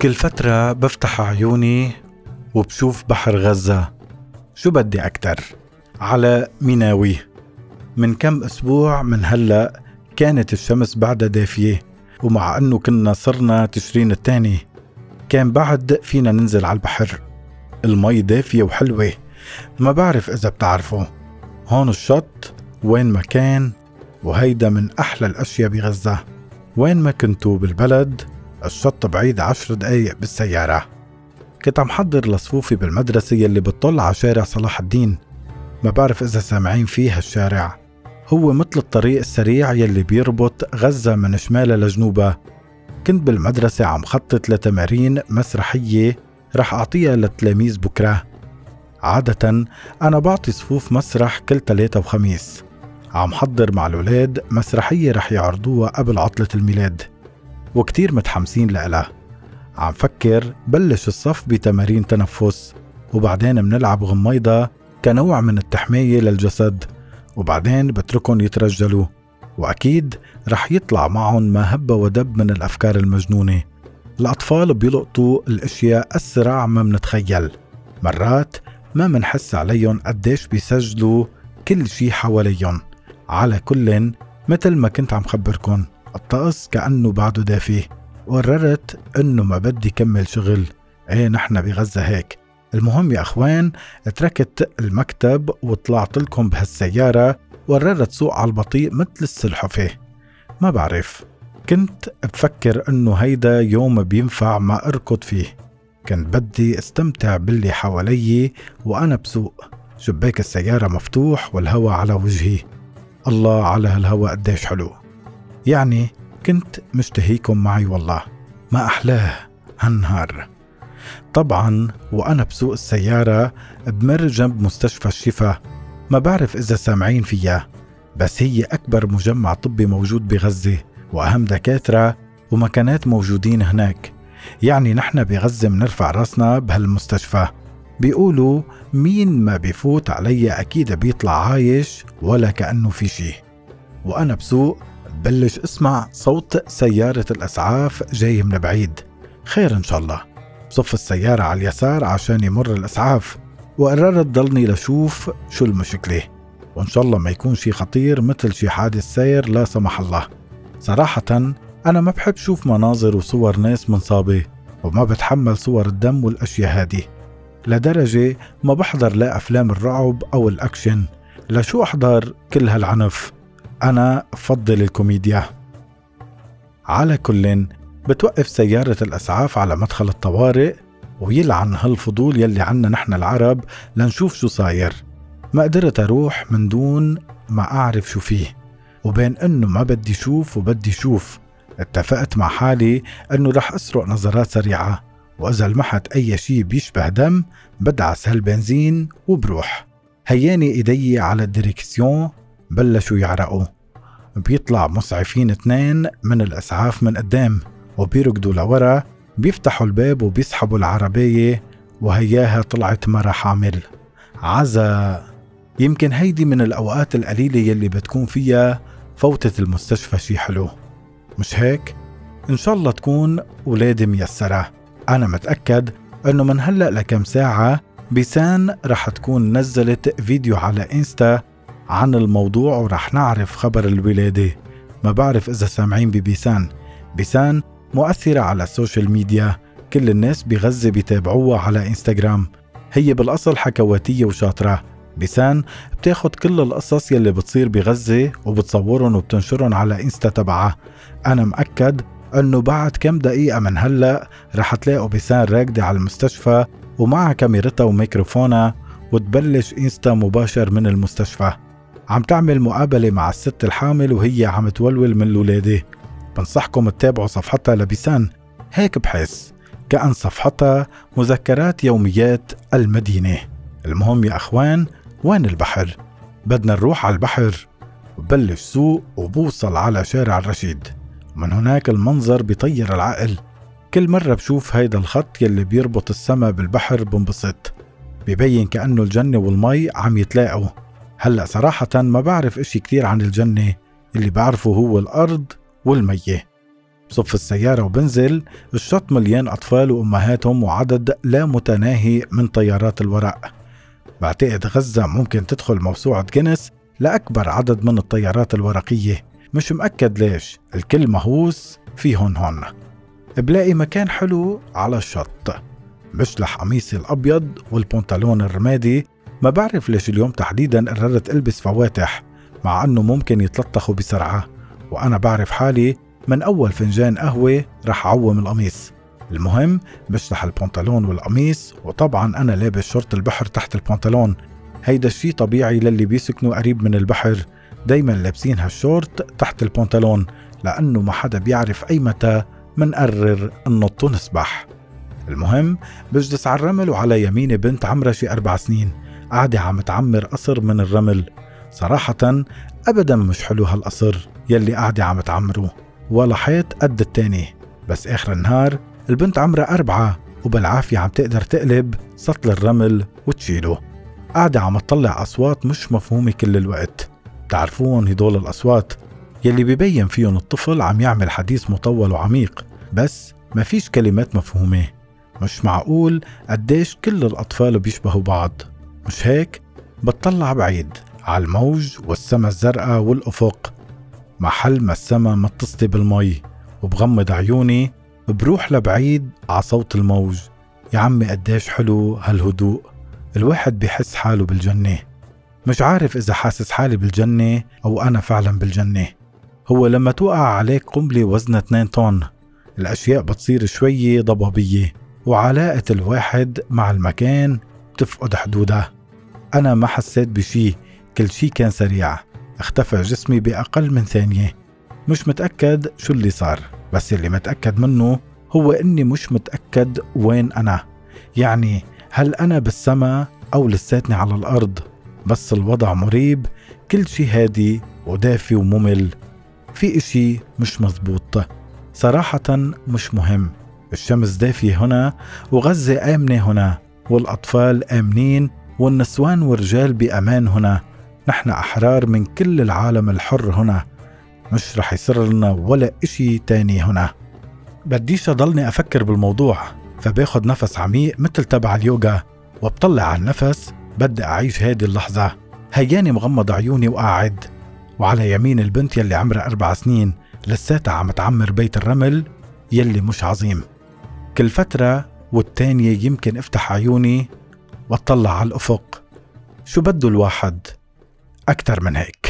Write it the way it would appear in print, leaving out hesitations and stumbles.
كل فترة بفتح عيوني وبشوف بحر غزة. شو بدي أكتر؟ على ميناوي. من كم أسبوع من هلأ كانت الشمس بعدها دافية، ومع أنه كنا صرنا تشرين التاني كان بعد فينا ننزل على البحر. المي دافية وحلوة، ما بعرف إذا بتعرفوا هون الشط وين ما كان، وهيدا من أحلى الأشياء بغزة. وين ما كنتوا بالبلد الشط بعيد 10 دقايق بالسيارة. كنت عم حضر لصفوفي بالمدرسة يلي بتطل على شارع صلاح الدين. ما بعرف إذا سامعين فيه هالشارع، هو مثل الطريق السريع يلي بيربط غزة من شمالها لجنوبها. كنت بالمدرسة عم خطط لتمارين مسرحية رح أعطيها للتلاميذ بكرة. عادة أنا بعطي صفوف مسرح كل 3 وخميس. عم حضر مع الولاد مسرحية رح يعرضوها قبل عطلة الميلاد، وكتير متحمسين لها. عم فكر بلش الصف بتمارين تنفس، وبعدين منلعب غميضة كنوع من التحمية للجسد، وبعدين بتركن يترجلوا، وأكيد رح يطلع معهم ما هب ودب من الأفكار المجنونة. الأطفال بيلقطوا الأشياء أسرع ما منتخيل، مرات ما منحس عليهم قديش بيسجلوا كل شي حواليهم. على كل مثل ما كنت عم خبركن، الطقس كأنه بعده دافي. وقررت انه ما بدي كمل شغل. نحن بغزة هيك. المهم يا اخوان، تركت المكتب وطلعت لكم بهالسيارة، وقررت سوق على البطيء مثل السلحفة. ما بعرف، كنت بفكر انه هيدا يوم بينفع ما اركض فيه. كنت بدي استمتع باللي حوالي وانا بسوق، شباك السيارة مفتوح والهواء على وجهي. الله على هالهواء قديش حلو. يعني كنت مشتهيكم معي والله، ما أحلاه هالنهار. طبعا وأنا بسوق السيارة بمر جنب مستشفى الشفا. ما بعرف إذا سامعين فيها، بس هي أكبر مجمع طبي موجود بغزة، وأهم دكاترة ومكانات موجودين هناك. يعني نحن بغزة منرفع راسنا بهالمستشفى. بيقولوا مين ما بيفوت علي أكيد بيطلع عايش ولا كأنه في شي. وأنا بسوق بلش اسمع صوت سيارة الأسعاف جاي من بعيد. خير إن شاء الله. بصف السيارة على اليسار عشان يمر الأسعاف، وقررت ضلني لشوف شو المشكلة، وإن شاء الله ما يكون شي خطير مثل شي حادث سير لا سمح الله. صراحة أنا ما بحب شوف مناظر وصور ناس منصابة، وما بتحمل صور الدم والأشياء هادي، لدرجة ما بحضر لا أفلام الرعب أو الأكشن. لشو أحضر كل هالعنف؟ أنا أفضل الكوميديا. على كل بتوقف سيارة الأسعاف على مدخل الطوارئ، ويلعن هالفضول يلي عنا نحن العرب لنشوف شو صاير. ما قدرت أروح من دون ما أعرف شو فيه، وبين أنه ما بدي شوف وبدي شوف، اتفقت مع حالي أنه رح أسرق نظرات سريعة، وإذا لمحت أي شي بيشبه دم بدعس هالبنزين وبروح. هياني إيدي على الديركسيون بلشوا يعرقوا. بيطلع مسعفين 2 من الأسعاف من قدام، وبيركضوا لورا، بيفتحوا الباب وبيسحبوا العربية، وهياها طلعت مرة حامل. عزا. يمكن هيدي من الأوقات القليلة يلي بتكون فيها فوتة المستشفى شي حلو، مش هيك؟ إن شاء الله تكون ولادي ميسرة. أنا متأكد أنه من هلأ لكم ساعة بيسان رح تكون نزلت فيديو على إنستا عن الموضوع، ورح نعرف خبر الولادة. ما بعرف إذا سامعين ببيسان. بيسان مؤثرة على السوشيال ميديا، كل الناس بغزة بيتابعوها على إنستغرام. هي بالأصل حكواتية وشاطرة. بيسان بتاخد كل القصص يلي بتصير بغزة وبتصورهم وبتنشرهم على إنستا تبعها. أنا مأكد أنه بعد كم دقيقة من هلأ رح تلاقوا بيسان راكدة على المستشفى ومعها كاميرتها وميكروفونها، وتبلش إنستا مباشر من المستشفى. عم تعمل مقابلة مع الست الحامل وهي عم تولول من الولادة. بنصحكم تتابعوا صفحتها لبيسان، هيك بحس كأن صفحتها مذكرات يوميات المدينة. المهم يا أخوان، وين البحر؟ بدنا نروح على البحر. وبلش سوق وبوصل على شارع الرشيد، ومن هناك المنظر بيطير العقل. كل مرة بشوف هيدا الخط يلي بيربط السما بالبحر بنبسط، بيبين كأنه الجنة والمي عم يتلاقوا. هلأ صراحة ما بعرف إشي كتير عن الجنة، اللي بعرفه هو الأرض والمية. بصف السيارة وبنزل، الشط مليان أطفال وأمهاتهم وعدد لا متناهي من طيارات الوراء. بعتقد غزة ممكن تدخل موسوعة جينيس لأكبر عدد من الطيارات الورقية، مش مأكد ليش، الكل مهووس فيهن هون. بلاقي مكان حلو على الشط، بشلح قميصي الأبيض والبنطلون الرمادي. ما بعرف ليش اليوم تحديدا قررت ألبس فواتح، مع أنه ممكن يتلطخوا بسرعة، وأنا بعرف حالي من أول فنجان قهوة رح أعوم القميص. المهم بشلح البنطلون والقميص، وطبعا أنا لابس شورت البحر تحت البنطلون. هيدا الشي طبيعي للي بيسكنوا قريب من البحر، دايما لابسين هالشورت تحت البنطلون، لأنه ما حدا بيعرف أي متى منقرر ننط ونسبح. المهم بجلس على الرمل، وعلى يميني بنت عمرها شي 4 سنين قاعدة عم تعمر قصر من الرمل. صراحة أبدا مش حلو هالقصر يلي قاعدة عم تعمره، ولا حيط قد التاني، بس آخر النهار البنت عمرها 4 وبالعافية عم تقدر تقلب سطل الرمل وتشيله. قاعدة عم تطلع أصوات مش مفهومة كل الوقت. تعرفون هدول الأصوات يلي بيبين فيهم الطفل عم يعمل حديث مطول وعميق، بس ما فيش كلمات مفهومة. مش معقول قديش كل الأطفال بيشبهوا بعض، مش هيك؟ بتطلع بعيد على الموج والسما الزرقاء والأفق، محل ما السما متصلة بالمي، وبغمض عيوني بروح لبعيد على صوت الموج. يا عمي قديش حلو هالهدوء، الواحد بيحس حاله بالجنة. مش عارف إذا حاسس حالي بالجنة أو أنا فعلا بالجنة. هو لما توقع عليك قنبلة وزنها 2 طن، الأشياء بتصير شوية ضبابية، وعلاقة الواحد مع المكان بتفقد حدودها. أنا ما حسيت بشي، كل شي كان سريع، اختفى جسمي بأقل من ثانية. مش متأكد شو اللي صار، بس اللي متأكد منه هو إني مش متأكد وين أنا. يعني هل أنا بالسما أو لساتني على الأرض؟ بس الوضع مريب، كل شي هادي ودافي وممل. في إشي مش مزبوط صراحة. مش مهم، الشمس دافية هنا، وغزة آمنة هنا، والأطفال آمنين، والنسوان والرجال بأمان هنا. نحن أحرار من كل العالم الحر هنا، مش رح يصير لنا ولا إشي تاني هنا. بديش أضلني أفكر بالموضوع، فباخد نفس عميق مثل تبع اليوغا، وبطلع على النفس. بدي أعيش هذه اللحظة. هياني مغمض عيوني وقاعد، وعلى يمين البنت يلي عمرها 4 سنين لساتها عم تعمر بيت الرمل يلي مش عظيم. كل فترة والتانية يمكن افتح عيوني واطلع على الأفق. شو بده الواحد أكتر من هيك؟